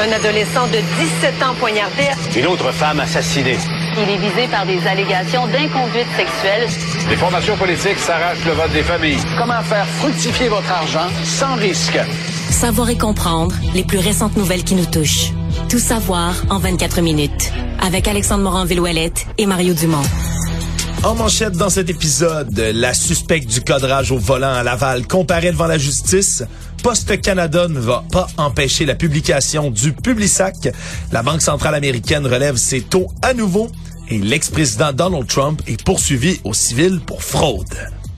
Un adolescent de 17 ans poignardé. Une autre femme assassinée. Il est visé par des allégations d'inconduite sexuelle. Les formations politiques s'arrachent le vote des familles. Comment faire fructifier votre argent sans risque? Savoir et comprendre les plus récentes nouvelles qui nous touchent. Tout savoir en 24 minutes. Avec Alexandre Morin-Villouellette et Mario Dumont. En manchette dans cet épisode, la suspecte du cadrage au volant à Laval comparaît devant la justice. Poste Canada ne va pas empêcher la publication du Publisac. La Banque centrale américaine relève ses taux à nouveau. Et l'ex-président Donald Trump est poursuivi au civil pour fraude.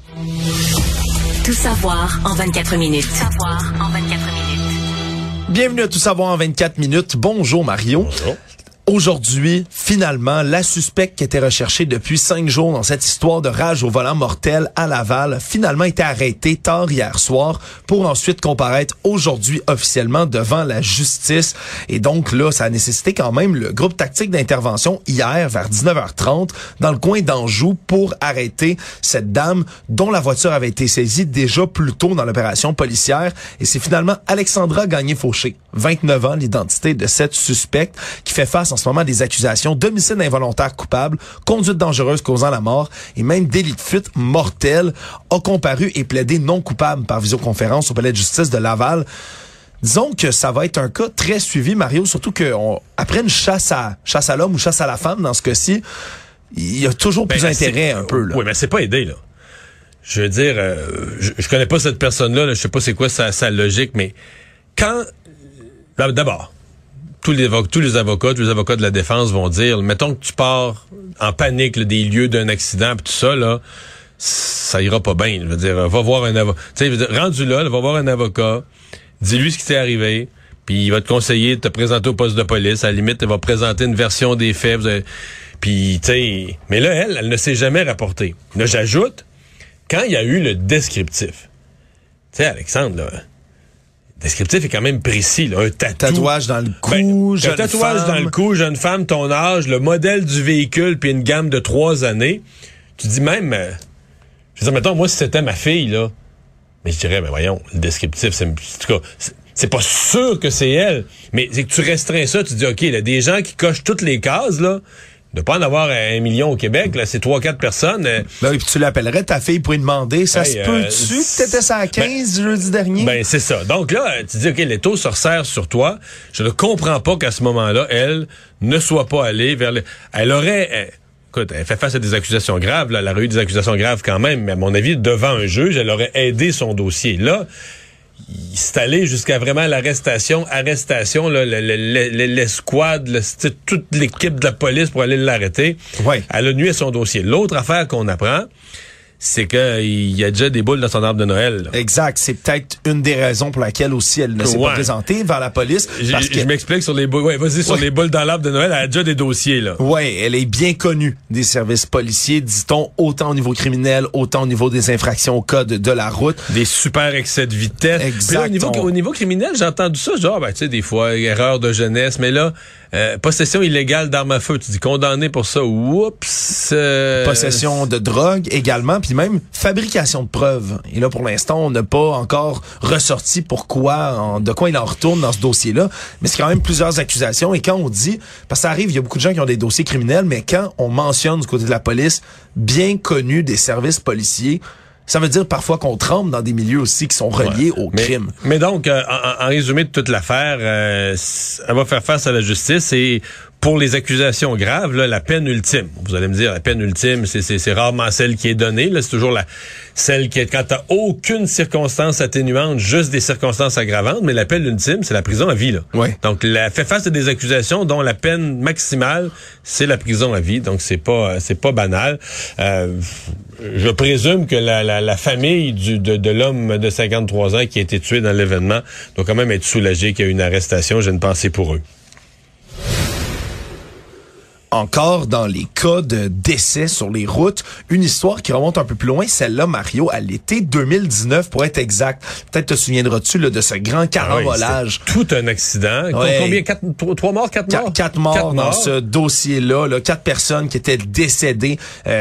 Tout savoir en 24 minutes. Tout savoir en 24 minutes. Bienvenue à Tout savoir en 24 minutes. Bonjour Mario. Bonjour. Aujourd'hui, finalement, la suspecte qui était recherchée depuis 5 jours dans cette histoire de rage au volant mortel à Laval a finalement été arrêtée tard hier soir pour ensuite comparaître aujourd'hui officiellement devant la justice. Et donc là, ça a nécessité quand même le groupe tactique d'intervention hier vers 19h30 dans le coin d'Anjou pour arrêter cette dame dont la voiture avait été saisie déjà plus tôt dans l'opération policière. Et c'est finalement Alexandra Gagné-Fauché, 29 ans, l'identité de cette suspecte qui fait face en ce moment à des accusations d'homicide involontaire coupable, conduite dangereuse causant la mort et même délit de fuite mortel, a comparu et plaidé non coupable par visioconférence au palais de justice de Laval. Disons que ça va être un cas très suivi, Mario, surtout qu'après une chasse à l'homme ou chasse à la femme, dans ce cas-ci, il y a toujours plus d'intérêt un peu. Là. Oui, mais c'est pas aidé, là. Je veux dire, je connais pas cette personne-là, là, je sais pas c'est quoi sa logique, mais quand... D'abord, tous les avocats de la défense vont dire, mettons que tu pars en panique là, des lieux d'un accident pis tout ça, là, ça ira pas bien. Je veux dire, va voir un avocat. Tu sais, rendu là, va voir un avocat, dis-lui ce qui t'est arrivé, puis il va te conseiller de te présenter au poste de police. À la limite, il va présenter une version des faits. Puis, tu sais, mais là, elle ne s'est jamais rapportée. Là, j'ajoute, quand il y a eu le descriptif, tu sais, Alexandre, là, le descriptif est quand même précis, là. Un tatouage dans le cou, jeune un tatouage femme. dans le cou, jeune femme, ton âge, le modèle du véhicule, puis une gamme de 3 années. Tu dis même, je veux dire, mettons, moi, si c'était ma fille, là, mais je dirais, ben voyons, le descriptif, en tout cas, c'est pas sûr que c'est elle, mais c'est que tu restreins ça, tu dis, OK, là, des gens qui cochent toutes les cases, là, de pas en avoir 1 million au Québec, là, c'est 3-4 personnes. Ben oui, puis tu l'appellerais ta fille pour lui demander, ça se peut-tu que t'étais ça à 15 jeudi dernier? Ben, c'est ça. Donc là, tu dis, OK, les taux se resserrent sur toi. Je ne comprends pas qu'à ce moment-là, elle ne soit pas allée vers elle aurait... Écoute, elle fait face à des accusations graves, là. Elle aurait eu des accusations graves quand même, mais à mon avis, devant un juge, elle aurait aidé son dossier. Là, il s'est allé jusqu'à vraiment l'arrestation, là, l'escouade, toute l'équipe de la police pour aller l'arrêter. Ouais. Elle a nuit à son dossier. L'autre affaire qu'on apprend, c'est qu'il y a déjà des boules dans son arbre de Noël. Là. Exact. C'est peut-être une des raisons pour laquelle aussi elle ne s'est pas présentée vers la police. Je m'explique sur les boules. Ouais, vas-y, sur les boules dans l'arbre de Noël. Elle a déjà des dossiers, là. Ouais, elle est bien connue des services policiers, dit-on, autant au niveau criminel, autant au niveau des infractions au code de la route. Des super excès de vitesse. Exact. Puis là, au niveau criminel, j'ai entendu ça, genre, ben, tu sais, des fois, erreur de jeunesse, mais là, possession illégale d'armes à feu, tu dis condamné pour ça, oups. Possession de drogue également, puis même fabrication de preuves. Et là, pour l'instant, on n'a pas encore ressorti de quoi il en retourne dans ce dossier-là, mais c'est quand même plusieurs accusations. Et quand on dit, parce que ça arrive, il y a beaucoup de gens qui ont des dossiers criminels, mais quand on mentionne du côté de la police, bien connu des services policiers, ça veut dire parfois qu'on tremble dans des milieux aussi qui sont reliés au crime. Mais donc, en résumé de toute l'affaire, elle va faire face à la justice et pour les accusations graves, là, la peine ultime. Vous allez me dire, la peine ultime, c'est rarement celle qui est donnée. Là, c'est toujours celle qui est quand t'as aucune circonstance atténuante, juste des circonstances aggravantes. Mais la peine ultime, c'est la prison à vie. Là. Ouais. Donc, elle fait face à des accusations dont la peine maximale, c'est la prison à vie. Donc, c'est pas banal. Je présume que la famille de l'homme de 53 ans qui a été tué dans l'événement doit quand même être soulagée qu'il y a eu une arrestation. J'ai une pensée pour eux. encore dans les cas de décès sur les routes, une histoire qui remonte un peu plus loin, celle-là, Mario, à l'été 2019 pour être exact. Peut-être te souviendras-tu là, de ce grand carambolage. Tout un accident. Ouais. Combien? 3 morts? 4 morts? 4 morts dans ce dossier-là. Là, 4 personnes qui étaient décédées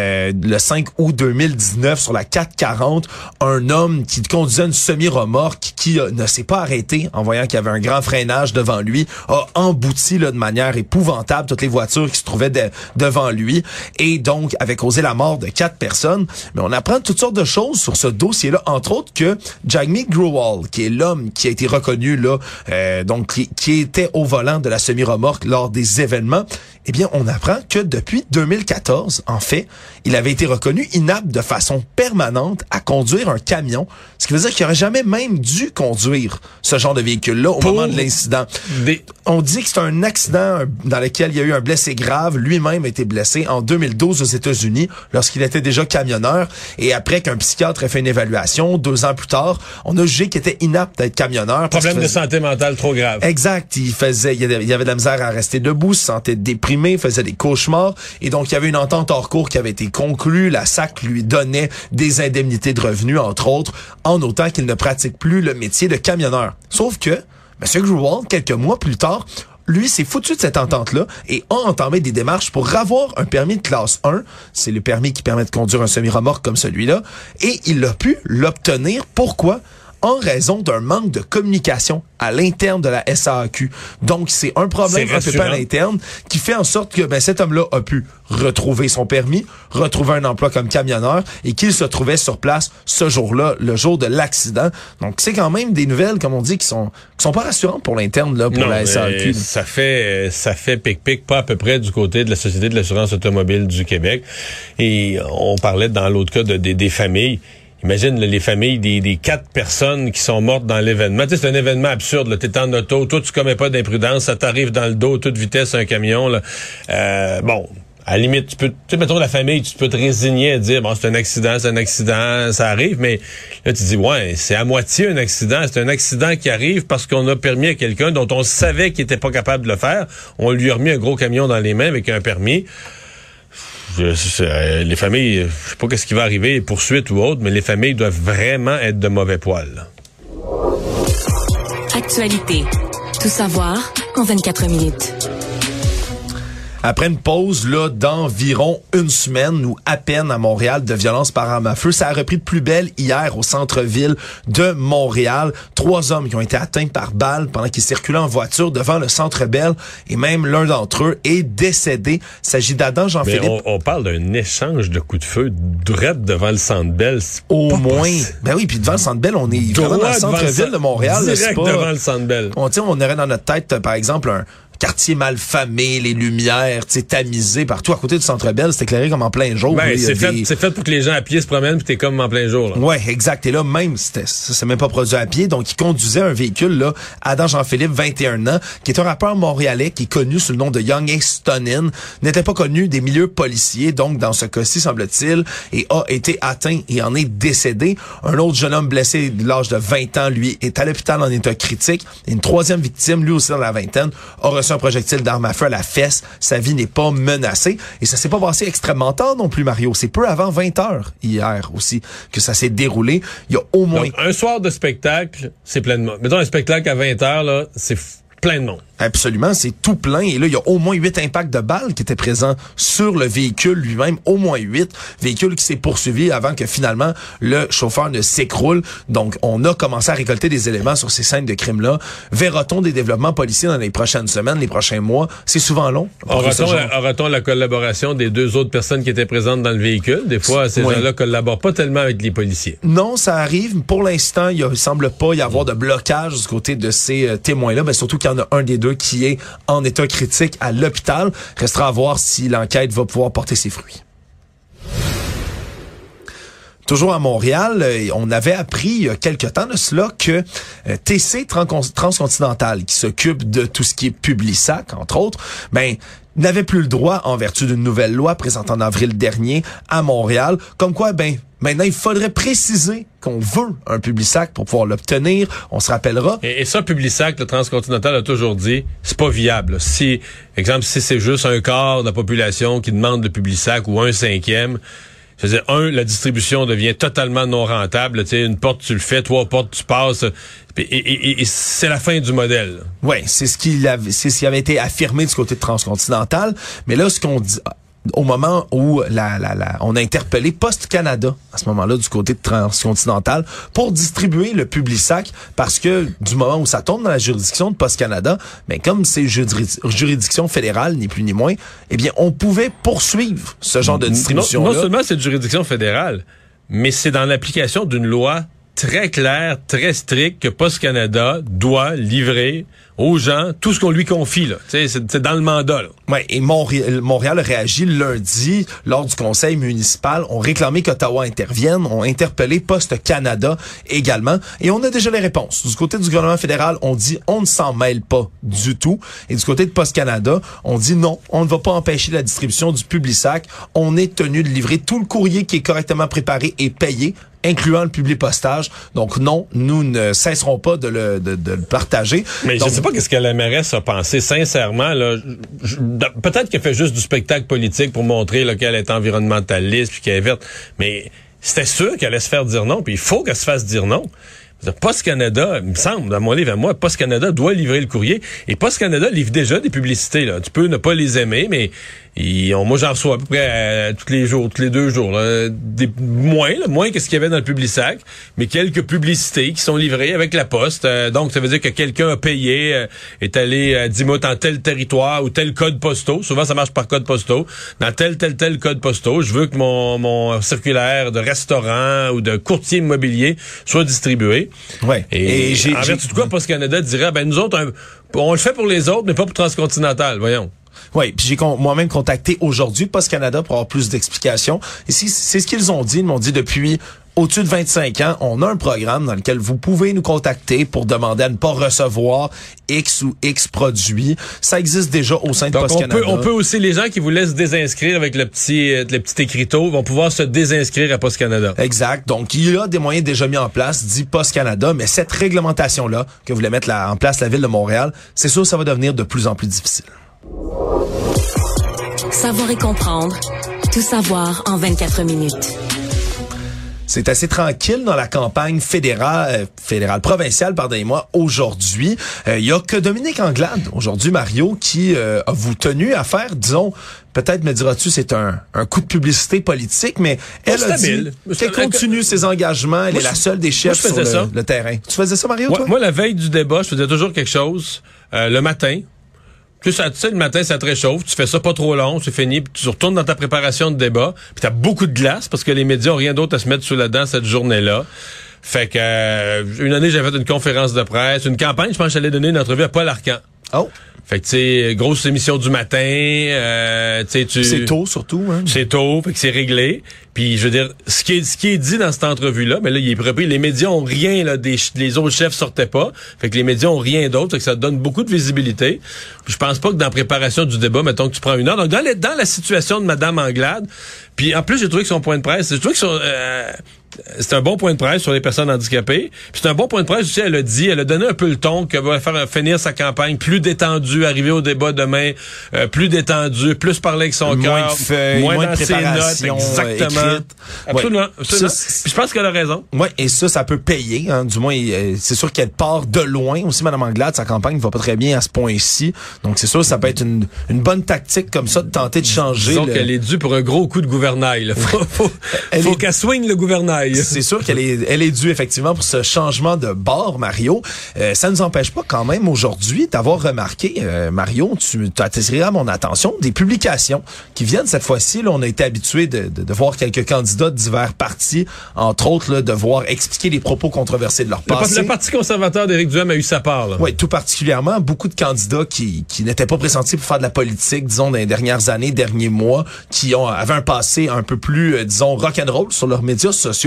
le 5 août 2019 sur la 440. Un homme qui conduisait une semi-remorque qui ne s'est pas arrêté en voyant qu'il y avait un grand freinage devant lui, a embouti là, de manière épouvantable toutes les voitures qui se trouvaient devant lui et donc avait causé la mort de 4 personnes. Mais on apprend toutes sortes de choses sur ce dossier-là, entre autres que Jagmeet Grewal, qui est l'homme qui a été reconnu là, donc qui était au volant de la semi-remorque lors des événements, eh bien on apprend que depuis 2014, en fait, il avait été reconnu inapte de façon permanente à conduire un camion, ce qui veut dire qu'il n'aurait jamais même dû conduire ce genre de véhicule-là au moment de l'incident. On dit que c'est un accident dans lequel il y a eu un blessé grave. Lui-même a été blessé en 2012 aux États-Unis lorsqu'il était déjà camionneur. Et après qu'un psychiatre ait fait une évaluation, 2 ans plus tard, on a jugé qu'il était inapte d'être camionneur. Problème de santé mentale trop grave. Exact. Il y avait de la misère à rester debout, se sentait déprimé, faisait des cauchemars. Et donc, il y avait une entente hors cours qui avait été conclue. La SAC lui donnait des indemnités de revenus, entre autres, en notant qu'il ne pratique plus le métier de camionneur. Sauf que M. Grewal, quelques mois plus tard, lui, s'est foutu de cette entente-là et a entamé des démarches pour avoir un permis de classe 1. C'est le permis qui permet de conduire un semi-remorque comme celui-là. Et il a pu l'obtenir. Pourquoi? En raison d'un manque de communication à l'interne de la SAAQ. Donc, c'est un problème un peu pas à l'interne qui fait en sorte que cet homme-là a pu retrouver son permis, retrouver un emploi comme camionneur et qu'il se trouvait sur place ce jour-là, le jour de l'accident. Donc, c'est quand même des nouvelles, comme on dit, qui sont pas rassurantes pour l'interne, là, pour la SAAQ. Ça fait pic-pic, pas à peu près du côté de la Société de l'assurance automobile du Québec. Et on parlait dans l'autre cas des familles. Imagine les familles des 4 personnes qui sont mortes dans l'événement. Tu sais, c'est un événement absurde. Là. T'es en auto, toi tu commets pas d'imprudence, ça t'arrive dans le dos, toute vitesse, un camion. Là. Bon, à la limite, tu sais, mettons la famille, tu peux te résigner à dire bon, c'est un accident, ça arrive. Mais là, tu dis ouais, c'est à moitié un accident. C'est un accident qui arrive parce qu'on a permis à quelqu'un dont on savait qu'il était pas capable de le faire. On lui a remis un gros camion dans les mains avec un permis. Les familles, je sais pas qu'est-ce qui va arriver, poursuite ou autre, mais les familles doivent vraiment être de mauvais poil. Actualité. Tout savoir en 24 minutes. Après une pause là d'environ une semaine ou à peine à Montréal de violence par arme à feu, ça a repris de plus belle hier au centre-ville de Montréal. 3 hommes qui ont été atteints par balle pendant qu'ils circulaient en voiture devant le Centre Bell et même l'un d'entre eux est décédé. Il s'agit d'Adam Jean-Philippe. Mais on parle d'un échange de coups de feu direct devant le Centre Bell. Au moins. Ben oui, puis devant le Centre Bell, on est vraiment dans le centre-ville de Montréal. Direct devant le Centre Bell. On aurait dans notre tête, par exemple, un quartier mal famé, les lumières, tu sais, tamisées partout à côté du Centre Bell, c'est éclairé comme en plein jour. Ben, c'est fait pour que les gens à pied se promènent puis t'es comme en plein jour. Là. Ouais, exact. Et là, même, c'est même pas produit à pied. Donc, il conduisait un véhicule, là, Adam Jean-Philippe, 21 ans, qui est un rappeur montréalais qui est connu sous le nom de Young Ace Stonin, n'était pas connu des milieux policiers, donc, dans ce cas-ci, semble-t-il, et a été atteint et en est décédé. Un autre jeune homme blessé de l'âge de 20 ans, lui, est à l'hôpital en état critique. Et une 3e victime, lui aussi dans la vingtaine, a reçu un projectile d'arme à feu à la fesse. Sa vie n'est pas menacée. Et ça s'est pas passé extrêmement tard non plus, Mario. C'est peu avant 20h hier aussi que ça s'est déroulé. Il y a au moins... Donc, un soir de spectacle, c'est plein de monde. Mettons un spectacle à 20h, là, c'est plein de monde. Absolument, c'est tout plein. Et là, il y a au moins 8 impacts de balles qui étaient présents sur le véhicule lui-même. Au moins 8. Véhicule qui s'est poursuivi avant que finalement le chauffeur ne s'écroule. Donc, on a commencé à récolter des éléments sur ces scènes de crime-là. Verra-t-on des développements policiers dans les prochaines semaines, les prochains mois? C'est souvent long. Aura-t-on la collaboration des 2 autres personnes qui étaient présentes dans le véhicule? Des fois, ces gens-là collaborent pas tellement avec les policiers. Non, ça arrive. Pour l'instant, il semble pas y avoir de blocage du côté de ces témoins-là. Mais surtout qu'il y en a un des 2 qui est en état critique à l'hôpital. Restera à voir si l'enquête va pouvoir porter ses fruits. Toujours à Montréal, on avait appris il y a quelque temps de cela que TC Transcontinental, qui s'occupe de tout ce qui est Publisac, entre autres, n'avaient plus le droit en vertu d'une nouvelle loi présentée en avril dernier à Montréal. Comme quoi, maintenant, il faudrait préciser qu'on veut un Publisac pour pouvoir l'obtenir. On se rappellera. Et ça, Publisac, le Transcontinental a toujours dit, c'est pas viable. Si c'est juste un quart de la population qui demande le Publisac ou un cinquième, c'est-à-dire, la distribution devient totalement non rentable. Tu sais, une porte, tu le fais, 3 portes, tu passes. Et c'est la fin du modèle. Oui, c'est ce qui avait été affirmé du côté de Transcontinental. Mais là, ce qu'on dit, au moment où on a interpellé Post Canada, à ce moment-là, du côté de Transcontinental, pour distribuer le Publisac, parce que du moment où ça tombe dans la juridiction de Post Canada, mais comme c'est juridiction fédérale, ni plus ni moins, eh bien, on pouvait poursuivre ce genre de distribution-là. Non seulement c'est une juridiction fédérale, mais c'est dans l'application d'une loi très claire, très stricte, que Post Canada doit livrer aux gens tout ce qu'on lui confie, là. Tu sais, c'est dans le mandat, là. Ouais, et Montréal a réagi lundi lors du conseil municipal. On réclamé qu'Ottawa intervienne. On interpellé Post Canada également. Et on a déjà les réponses. Du côté du gouvernement fédéral, on dit on ne s'en mêle pas du tout. Et du côté de Post Canada, on dit non, on ne va pas empêcher la distribution du Publisac. On est tenu de livrer tout le courrier qui est correctement préparé et payé, incluant le Publipostage. Donc non, nous ne cesserons pas de le partager. Mais donc, je sais pas qu'est-ce que la mairesse a pensé. Sincèrement, là, peut-être qu'elle fait juste du spectacle politique pour montrer là, qu'elle est environnementaliste puis qu'elle est verte. Mais c'était sûr qu'elle allait se faire dire non. Puis il faut qu'elle se fasse dire non. Post Canada, il me semble, dans mon livre à moi, Post Canada doit livrer le courrier. Et Post Canada livre déjà des publicités, là. Tu peux ne pas les aimer, mais moi, j'en reçois à peu près tous les 2 jours, là, moins que ce qu'il y avait dans le Publisac, mais quelques publicités qui sont livrées avec la Poste. Donc, ça veut dire que quelqu'un a payé, est allé, dis-moi, dans tel territoire ou tel code postaux. Souvent, ça marche par code postaux. Dans tel code postaux, je veux que mon circulaire de restaurant ou de courtier immobilier soit distribué. Ouais. Et en vertu de quoi, Post Canada dirait, nous autres, on le fait pour les autres, mais pas pour Transcontinental, voyons. Oui, puis j'ai moi-même contacté aujourd'hui Post Canada pour avoir plus d'explications. Et c'est ce qu'ils ont dit. Ils m'ont dit depuis au-dessus de 25 ans, on a un programme dans lequel vous pouvez nous contacter pour demander à ne pas recevoir X ou X produits. Ça existe déjà au sein de Post Canada. On peut aussi, les gens qui vous laissent désinscrire avec le petit écriteau vont pouvoir se désinscrire à Post Canada. Exact. Donc, il y a des moyens déjà mis en place, dit Post Canada, mais cette réglementation-là que voulait mettre en place la Ville de Montréal, c'est sûr que ça va devenir de plus en plus difficile. Savoir et comprendre. Tout savoir en 24 minutes. C'est assez tranquille dans la campagne provinciale, pardonnez-moi, aujourd'hui. Il y a que Dominique Anglade, aujourd'hui, Mario, qui a vous tenu à faire, disons, peut-être me diras-tu, c'est un coup de publicité politique, mais elle a dit qu'elle continue ses engagements. Elle est la seule des chefs sur le terrain. Tu faisais ça, Mario, toi? Moi, la veille du débat, je faisais toujours quelque chose le matin. Tu sais, le matin, ça te réchauffe, tu fais ça pas trop long, c'est fini, puis tu retournes dans ta préparation de débat, puis t'as beaucoup de glace, parce que les médias ont rien d'autre à se mettre sous la dent cette journée-là. Fait que, une année, j'avais fait une conférence de presse, une campagne, je pense que j'allais donner une entrevue à Paul Arcan. Oh! Fait que, tu sais, grosse émission du matin, tu sais, c'est tôt, surtout, hein? C'est tôt, fait que c'est réglé. Puis, je veux dire, ce qui est dit dans cette entrevue-là, mais là, il est repris, les médias ont rien, là, les autres chefs sortaient pas. Fait que les médias ont rien d'autre, fait que ça donne beaucoup de visibilité. Puis, je pense pas que dans la préparation du débat, mettons que tu prends 1 heure. Donc, dans la situation de Mme Anglade, puis en plus, j'ai trouvé que son point de presse, c'est un bon point de presse sur les personnes handicapées. Puis c'est un bon point de presse aussi, elle a donné un peu le ton qu'elle va faire finir sa campagne plus détendue, arriver au débat demain, plus détendue, plus parler avec son cœur, moins de feuilles, moins de préparation, exactement. Absolument. Ouais. Absolument. Puis je pense qu'elle a raison. Oui, et ça peut payer. Hein, du moins, c'est sûr qu'elle part de loin. Aussi, Mme Anglade, sa campagne ne va pas très bien à ce point-ci. Donc c'est sûr, ça peut être une bonne tactique comme ça de tenter de changer. Disons qu'elle est due pour un gros coup de gouvernail. Là. Faut qu'elle swing le gouvernail. C'est sûr qu'elle est due effectivement pour ce changement de bord, Mario. Ça ne nous empêche pas quand même aujourd'hui d'avoir remarqué, Mario, tu as attiré à mon attention des publications qui viennent cette fois-ci. Là, on a été habitué de voir quelques candidats de divers partis, entre autres, là, devoir expliquer les propos controversés de leur passé. Le Parti conservateur d'Éric Duhaime a eu sa part. Oui, tout particulièrement. Beaucoup de candidats qui n'étaient pas pressentis pour faire de la politique, disons, dans les dernières années, derniers mois, qui avaient un passé un peu plus, disons, rock'n'roll sur leurs médias sociaux.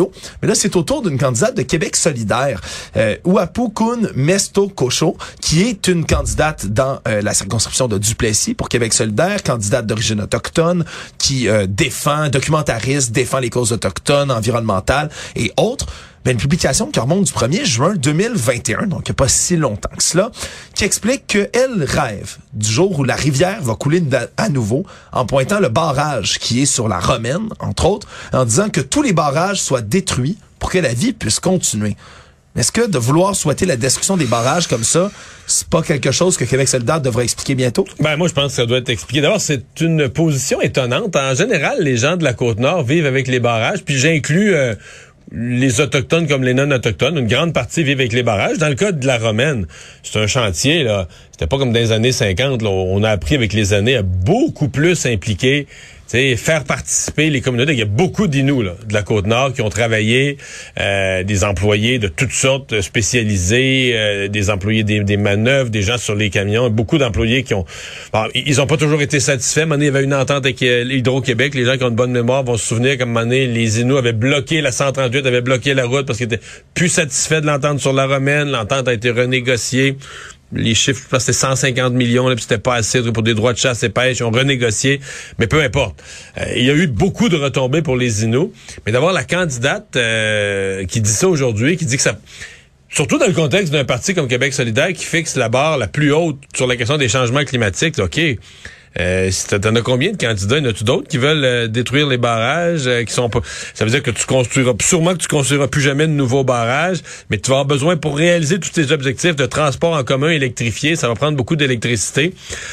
Trudeau. Mais là, c'est au tour d'une candidate de Québec solidaire, Uapu-Kun Mesto-Kocho, qui est une candidate dans la circonscription de Duplessis pour Québec solidaire, candidate d'origine autochtone, qui documentariste, défend les causes autochtones, environnementales et autres. Une publication qui remonte du 1er juin 2021, donc il n'y a pas si longtemps que cela, qui explique qu'elle rêve du jour où la rivière va couler à nouveau, en pointant le barrage qui est sur la Romaine, entre autres, en disant que tous les barrages soient détruits pour que la vie puisse continuer. Est-ce que de vouloir souhaiter la destruction des barrages comme ça, c'est pas quelque chose que Québec solidaire devrait expliquer bientôt? Ben, moi, je pense que ça doit être expliqué. D'abord, c'est une position étonnante. En général, les gens de la Côte-Nord vivent avec les barrages, puis j'inclus les Autochtones comme les non-Autochtones. Une grande partie vivent avec les barrages. Dans le cas de la Romaine, c'est un chantier, là. C'était pas comme dans les années 50, là. On a appris avec les années à beaucoup plus impliquer, faire participer les communautés. Il y a beaucoup d'Inuits là, de la Côte-Nord qui ont travaillé, des employés de toutes sortes spécialisés, des employés des manœuvres, des gens sur les camions, beaucoup d'employés qui ont... Bon, ils ont pas toujours été satisfaits. À un moment donné, il y avait une entente avec Hydro-Québec. Les gens qui ont une bonne mémoire vont se souvenir qu'à un moment donné, les Inuits avaient bloqué la 138, avaient bloqué la route parce qu'ils étaient plus satisfaits de l'entente sur la Romaine. L'entente a été renégociée. Les chiffres, je pense que c'était 150 millions, là, puis c'était pas assez pour des droits de chasse et pêche. Ils ont renégocié, mais peu importe. Il y a eu beaucoup de retombées pour les Inuits. Mais d'avoir la candidate qui dit ça aujourd'hui, qui dit que ça... Surtout dans le contexte d'un parti comme Québec solidaire qui fixe la barre la plus haute sur la question des changements climatiques, là, OK. T'en as combien de candidats? Y en a-tu d'autres qui veulent détruire les barrages, qui sont pas... Ça veut dire que tu construiras plus jamais de nouveaux barrages, mais tu vas avoir besoin pour réaliser tous tes objectifs de transport en commun électrifié. Ça va prendre beaucoup d'électricité.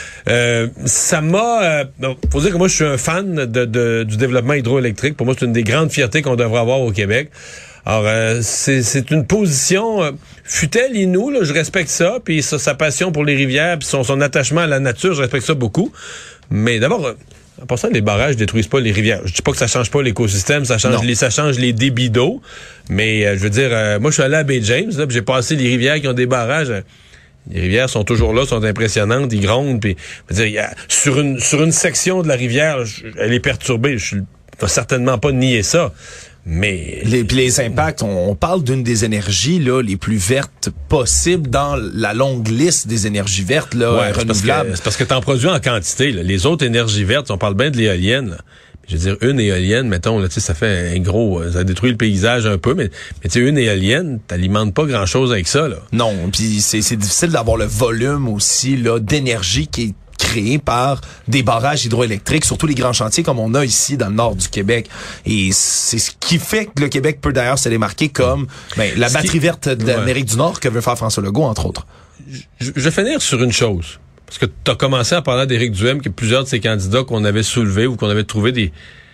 Ça m'a... faut dire que moi, je suis un fan du développement hydroélectrique. Pour moi, c'est une des grandes fiertés qu'on devrait avoir au Québec. Alors, c'est une position... fut-elle Inou, là, je respecte ça, puis sa passion pour les rivières, puis son attachement à la nature, je respecte ça beaucoup. Mais d'abord, en passant, les barrages détruisent pas les rivières. Je dis pas que ça change pas l'écosystème, ça change les débits d'eau. Mais je veux dire, moi, je suis allé à Bay James, là, puis j'ai passé les rivières qui ont des barrages. Les rivières sont toujours là, sont impressionnantes, ils grondent. Puis, je veux dire, sur une section de la rivière, elle est perturbée. Je vais certainement pas nier ça. Mais les impacts, on parle d'une des énergies là les plus vertes possibles dans la longue liste des énergies vertes là, renouvelables. C'est parce que t'en produis en quantité. Là. Les autres énergies vertes, on parle bien de l'éolienne. Là. Je veux dire, une éolienne, mettons, là, ça fait un gros... Ça détruit le paysage un peu, mais tu sais, une éolienne, t'alimentes pas grand-chose avec ça. Là. Non, puis c'est difficile d'avoir le volume aussi là d'énergie qui est créé par des barrages hydroélectriques, surtout les grands chantiers comme on a ici dans le nord du Québec. Et c'est ce qui fait que le Québec peut d'ailleurs se démarquer comme la batterie verte de l'Amérique du Nord que veut faire François Legault, entre autres. Je vais finir sur une chose. Parce que tu as commencé à parler d'Éric Duhem, que plusieurs de ces candidats qu'on avait soulevés ou qu'on avait trouvé des...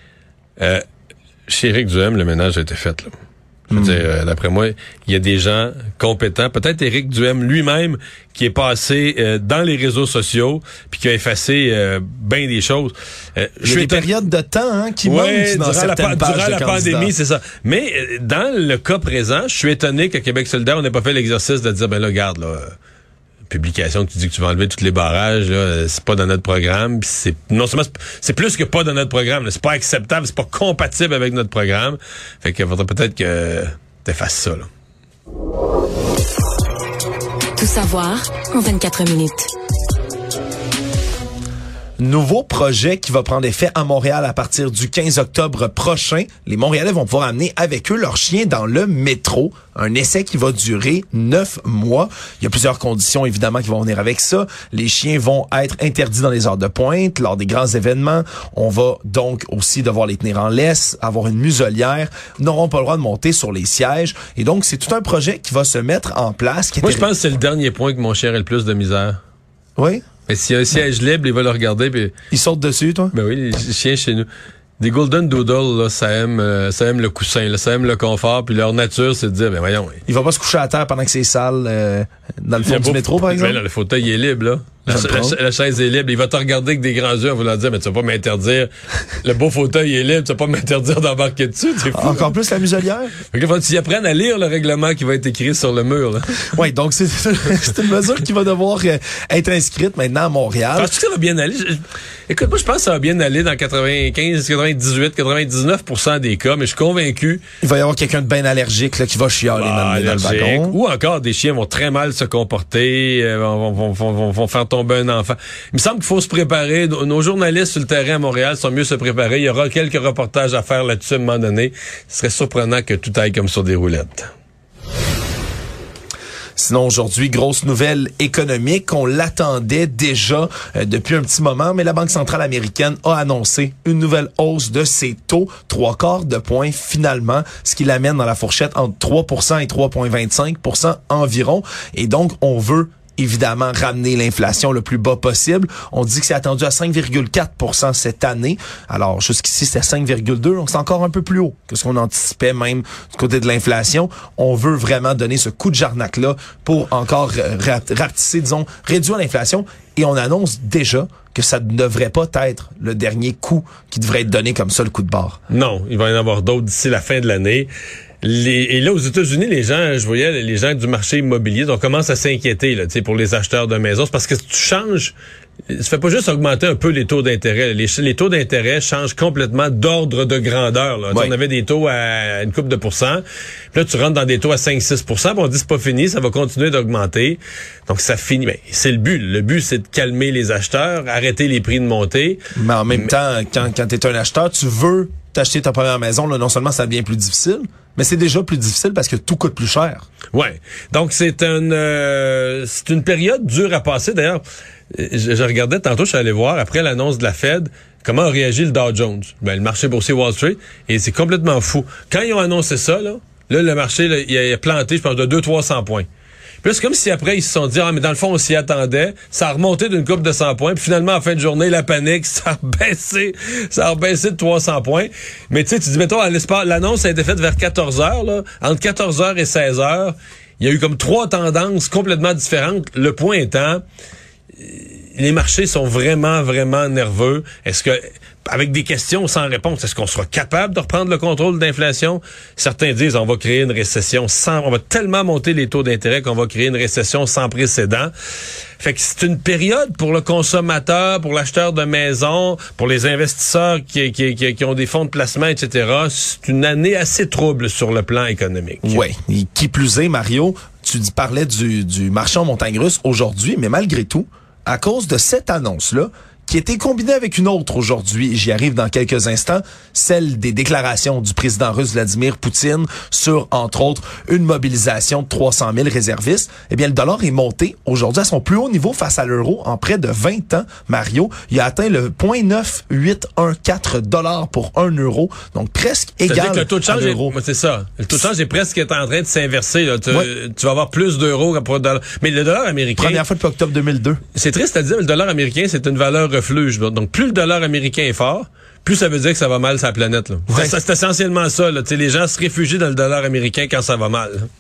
chez Éric Duhem, le ménage a été fait, là. Je veux dire, d'après moi, il y a des gens compétents. Peut-être Éric Duhem lui-même qui est passé dans les réseaux sociaux puis qui a effacé bien des choses. Il y a des périodes de temps qui manquent dans certaines pages durant la pandémie, c'est ça. Mais dans le cas présent, je suis étonné qu'à Québec solidaire, on n'ait pas fait l'exercice de dire, ben là, regarde, là... publication que tu dis que tu vas enlever tous les barrages, là, c'est pas dans notre programme. Pis non seulement c'est plus que pas dans notre programme, là, c'est pas acceptable, c'est pas compatible avec notre programme. Fait qu'il faudrait peut-être que t'effaces ça. Là. Tout savoir en 24 minutes. Nouveau projet qui va prendre effet à Montréal à partir du 15 octobre prochain. Les Montréalais vont pouvoir amener avec eux leurs chiens dans le métro. Un essai qui va durer 9 mois. Il y a plusieurs conditions, évidemment, qui vont venir avec ça. Les chiens vont être interdits dans les heures de pointe, lors des grands événements. On va donc aussi devoir les tenir en laisse, avoir une muselière, n'auront pas le droit de monter sur les sièges. Et donc, c'est tout un projet qui va se mettre en place. Moi, je pense que c'est le dernier point que mon chien a le plus de misère. Oui? Mais s'il y a un siège libre, il va le regarder. Puis... Il saute dessus, toi? Ben oui, les chiens chez nous. Des Golden Doodle, là, ça aime le coussin, là, ça aime le confort, puis leur nature, c'est de dire, ben voyons. Il va pas se coucher à terre pendant que c'est sale dans le fond du métro, par exemple? Ben là, le fauteuil est libre, là. La chaise est libre. Il va te regarder avec des grands yeux en voulant dire, mais tu vas pas m'interdire. Le beau fauteuil est libre, tu vas pas m'interdire d'embarquer dessus. C'est fou. Encore plus la muselière. Il faut qu'ils apprennent à lire le règlement qui va être écrit sur le mur. Oui, donc c'est une mesure qui va devoir être inscrite maintenant à Montréal. Penses-tu que ça va bien aller? Écoute, moi, je pense que ça va bien aller dans 95, 98, 99% des cas, mais je suis convaincu. Il va y avoir quelqu'un de bien allergique là, qui va chialer dans le wagon. Ou encore, des chiens vont très mal se comporter, vont faire tomber un enfant. Il me semble qu'il faut se préparer. Nos journalistes sur le terrain à Montréal sont mieux se préparer. Il y aura quelques reportages à faire là-dessus à un moment donné. Ce serait surprenant que tout aille comme sur des roulettes. Sinon, aujourd'hui, grosse nouvelle économique. On l'attendait déjà depuis un petit moment, mais la Banque centrale américaine a annoncé une nouvelle hausse de ses taux, 3/4 de point finalement, ce qui l'amène dans la fourchette entre 3% et 3,25% environ. Et donc, on veut évidemment ramener l'inflation le plus bas possible. On dit que c'est attendu à 5,4% cette année. Alors, jusqu'ici, c'était 5,2%, donc c'est encore un peu plus haut que ce qu'on anticipait même du côté de l'inflation. On veut vraiment donner ce coup de jarnac-là pour encore rapetisser, disons, réduire l'inflation. Et on annonce déjà que ça ne devrait pas être le dernier coup qui devrait être donné comme ça, le coup de barre. Non, il va y en avoir d'autres d'ici la fin de l'année. Et là, aux États-Unis, les gens, je voyais les gens du marché immobilier, on commence à s'inquiéter là, pour les acheteurs de maisons. C'est parce que tu changes, ça fait pas juste augmenter un peu les taux d'intérêt. Les taux d'intérêt changent complètement d'ordre de grandeur. Là. Ouais. On avait des taux à une couple de pourcents. Puis là, tu rentres dans des taux à 5-6%. Puis on dit c'est pas fini, ça va continuer d'augmenter. Donc ça finit. Ben, c'est le but. Le but, c'est de calmer les acheteurs, arrêter les prix de monter. Mais en même temps, quand tu es un acheteur, tu veux t'acheter ta première maison, là, non seulement ça devient plus difficile, mais c'est déjà plus difficile parce que tout coûte plus cher. Ouais. Donc c'est une période dure à passer. D'ailleurs, je regardais tantôt, je suis allé voir après l'annonce de la Fed comment a réagi le Dow Jones, le marché boursier Wall Street, et c'est complètement fou. Quand ils ont annoncé ça, là le marché là, il a planté, je pense, de 200-300 points. Puis là, c'est comme si après, ils se sont dit, mais dans le fond, on s'y attendait. Ça a remonté d'une couple de 100 points. Puis finalement, en fin de journée, la panique, ça a rebaissé de 300 points. Mais tu sais, tu dis, mettons, l'annonce a été faite vers 14 heures, là. Entre 14 heures et 16 heures, il y a eu comme 3 tendances complètement différentes. Le point étant, les marchés sont vraiment, vraiment nerveux. Est-ce que, avec des questions sans réponse, est-ce qu'on sera capable de reprendre le contrôle de l'inflation? Certains disent on va créer une récession on va tellement monter les taux d'intérêt qu'on va créer une récession sans précédent. Fait que c'est une période pour le consommateur, pour l'acheteur de maison, pour les investisseurs qui ont des fonds de placement, etc. C'est une année assez trouble sur le plan économique. Oui. Qui plus est, Mario, tu parlais du marché en montagne russe aujourd'hui, mais malgré tout, à cause de cette annonce-là, qui a été combinée avec une autre aujourd'hui, j'y arrive dans quelques instants, celle des déclarations du président russe Vladimir Poutine sur, entre autres, une mobilisation de 300 000 réservistes, eh bien, le dollar est monté aujourd'hui à son plus haut niveau face à l'euro en près de 20 ans, Mario. Il a atteint le 0,9814 $ pour 1 euro, donc presque égal le taux de change à l'euro. C'est ça. Le taux de change est presque en train de s'inverser. Là. Tu vas avoir plus d'euros pour le dollar. Mais le dollar américain... Première fois depuis octobre 2002. C'est triste à dire, mais le dollar américain, c'est une valeur refuge. Donc, plus le dollar américain est fort, plus ça veut dire que ça va mal sur la planète. Là. Ouais. C'est essentiellement ça. Là. Les gens se réfugient dans le dollar américain quand ça va mal. Là.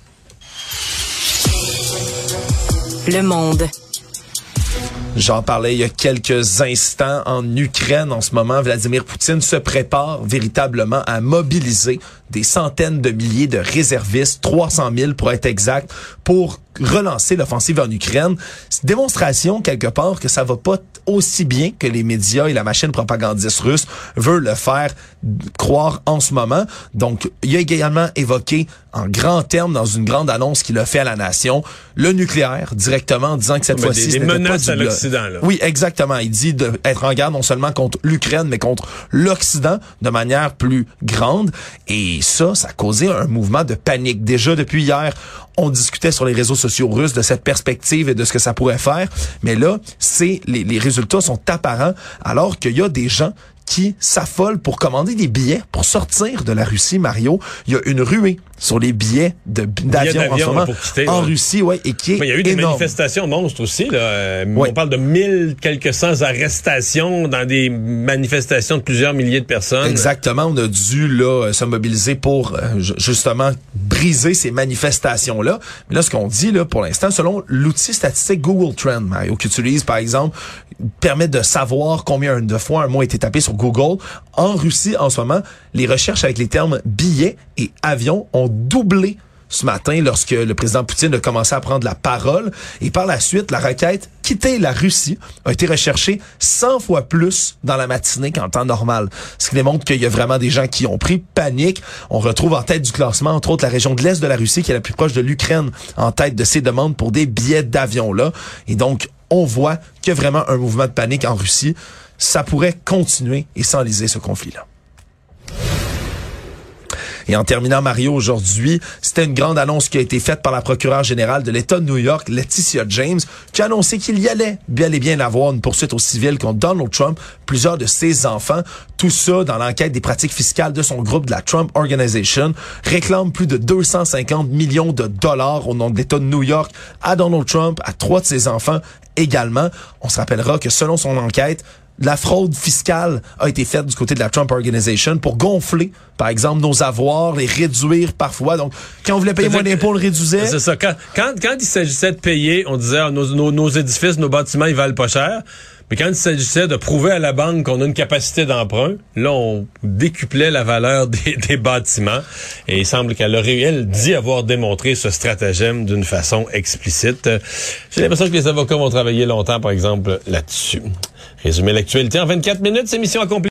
Le Monde. J'en parlais il y a quelques instants. En Ukraine, en ce moment, Vladimir Poutine se prépare véritablement à mobiliser des centaines de milliers de réservistes, 300 000 pour être exact, pour relancer l'offensive en Ukraine. C'est une démonstration, quelque part, que ça va pas aussi bien que les médias et la machine propagandiste russe veulent le faire croire en ce moment. Donc, il a également évoqué en grands termes, dans une grande annonce qu'il a fait à la nation, le nucléaire, directement, en disant que cette fois-ci, des menaces pas à l'Occident, là. Oui, exactement. Il dit d'être en garde non seulement contre l'Ukraine, mais contre l'Occident de manière plus grande. Et ça a causé un mouvement de panique. Déjà, depuis hier, on discutait sur les réseaux sociaux russes de cette perspective et de ce que ça pourrait faire. Mais là, les résultats sont apparents, alors qu'il y a des gens qui s'affolent pour commander des billets pour sortir de la Russie, Mario. Il y a une ruée sur les billets d'avion en ce moment en Russie, et qui est il y a eu des énorme. Manifestations monstres aussi, là. On parle de 1000 quelques cents arrestations dans des manifestations de plusieurs milliers de personnes. Exactement, on a dû se mobiliser pour justement briser ces manifestations-là. Mais là, ce qu'on dit là pour l'instant, selon l'outil statistique Google Trends, Mario, qu'utilise par exemple, permet de savoir combien de fois un mot a été tapé sur Google. En Russie, en ce moment, les recherches avec les termes billets et avions ont doublé ce matin lorsque le président Poutine a commencé à prendre la parole. Et par la suite, la requête « Quitter la Russie » a été recherchée 100 fois plus dans la matinée qu'en temps normal. Ce qui démontre qu'il y a vraiment des gens qui ont pris panique. On retrouve en tête du classement, entre autres, la région de l'Est de la Russie, qui est la plus proche de l'Ukraine, en tête de ces demandes pour des billets d'avion-là. Et donc, on voit qu'il y a vraiment un mouvement de panique en Russie. Ça pourrait continuer et s'enliser ce conflit-là. Et en terminant, Mario, aujourd'hui, c'était une grande annonce qui a été faite par la procureure générale de l'État de New York, Letitia James, qui a annoncé qu'il y allait bel et bien avoir une poursuite au civil contre Donald Trump, plusieurs de ses enfants. Tout ça dans l'enquête des pratiques fiscales de son groupe de la Trump Organization, réclame plus de 250 millions de dollars au nom de l'État de New York à Donald Trump, à 3 de ses enfants également. On se rappellera que selon son enquête, la fraude fiscale a été faite du côté de la Trump Organization pour gonfler, par exemple, nos avoirs, les réduire parfois. Donc, quand on voulait payer moins d'impôts, on le réduisait. C'est ça. Quand il s'agissait de payer, on disait nos édifices, nos bâtiments, ils valent pas cher. Mais quand il s'agissait de prouver à la banque qu'on a une capacité d'emprunt, là, on décuplait la valeur des bâtiments. Et il semble elle dit avoir démontré ce stratagème d'une façon explicite. J'ai l'impression que les avocats vont travailler longtemps, par exemple, là-dessus. Résumer l'actualité en 24 minutes, c'est mission accomplie.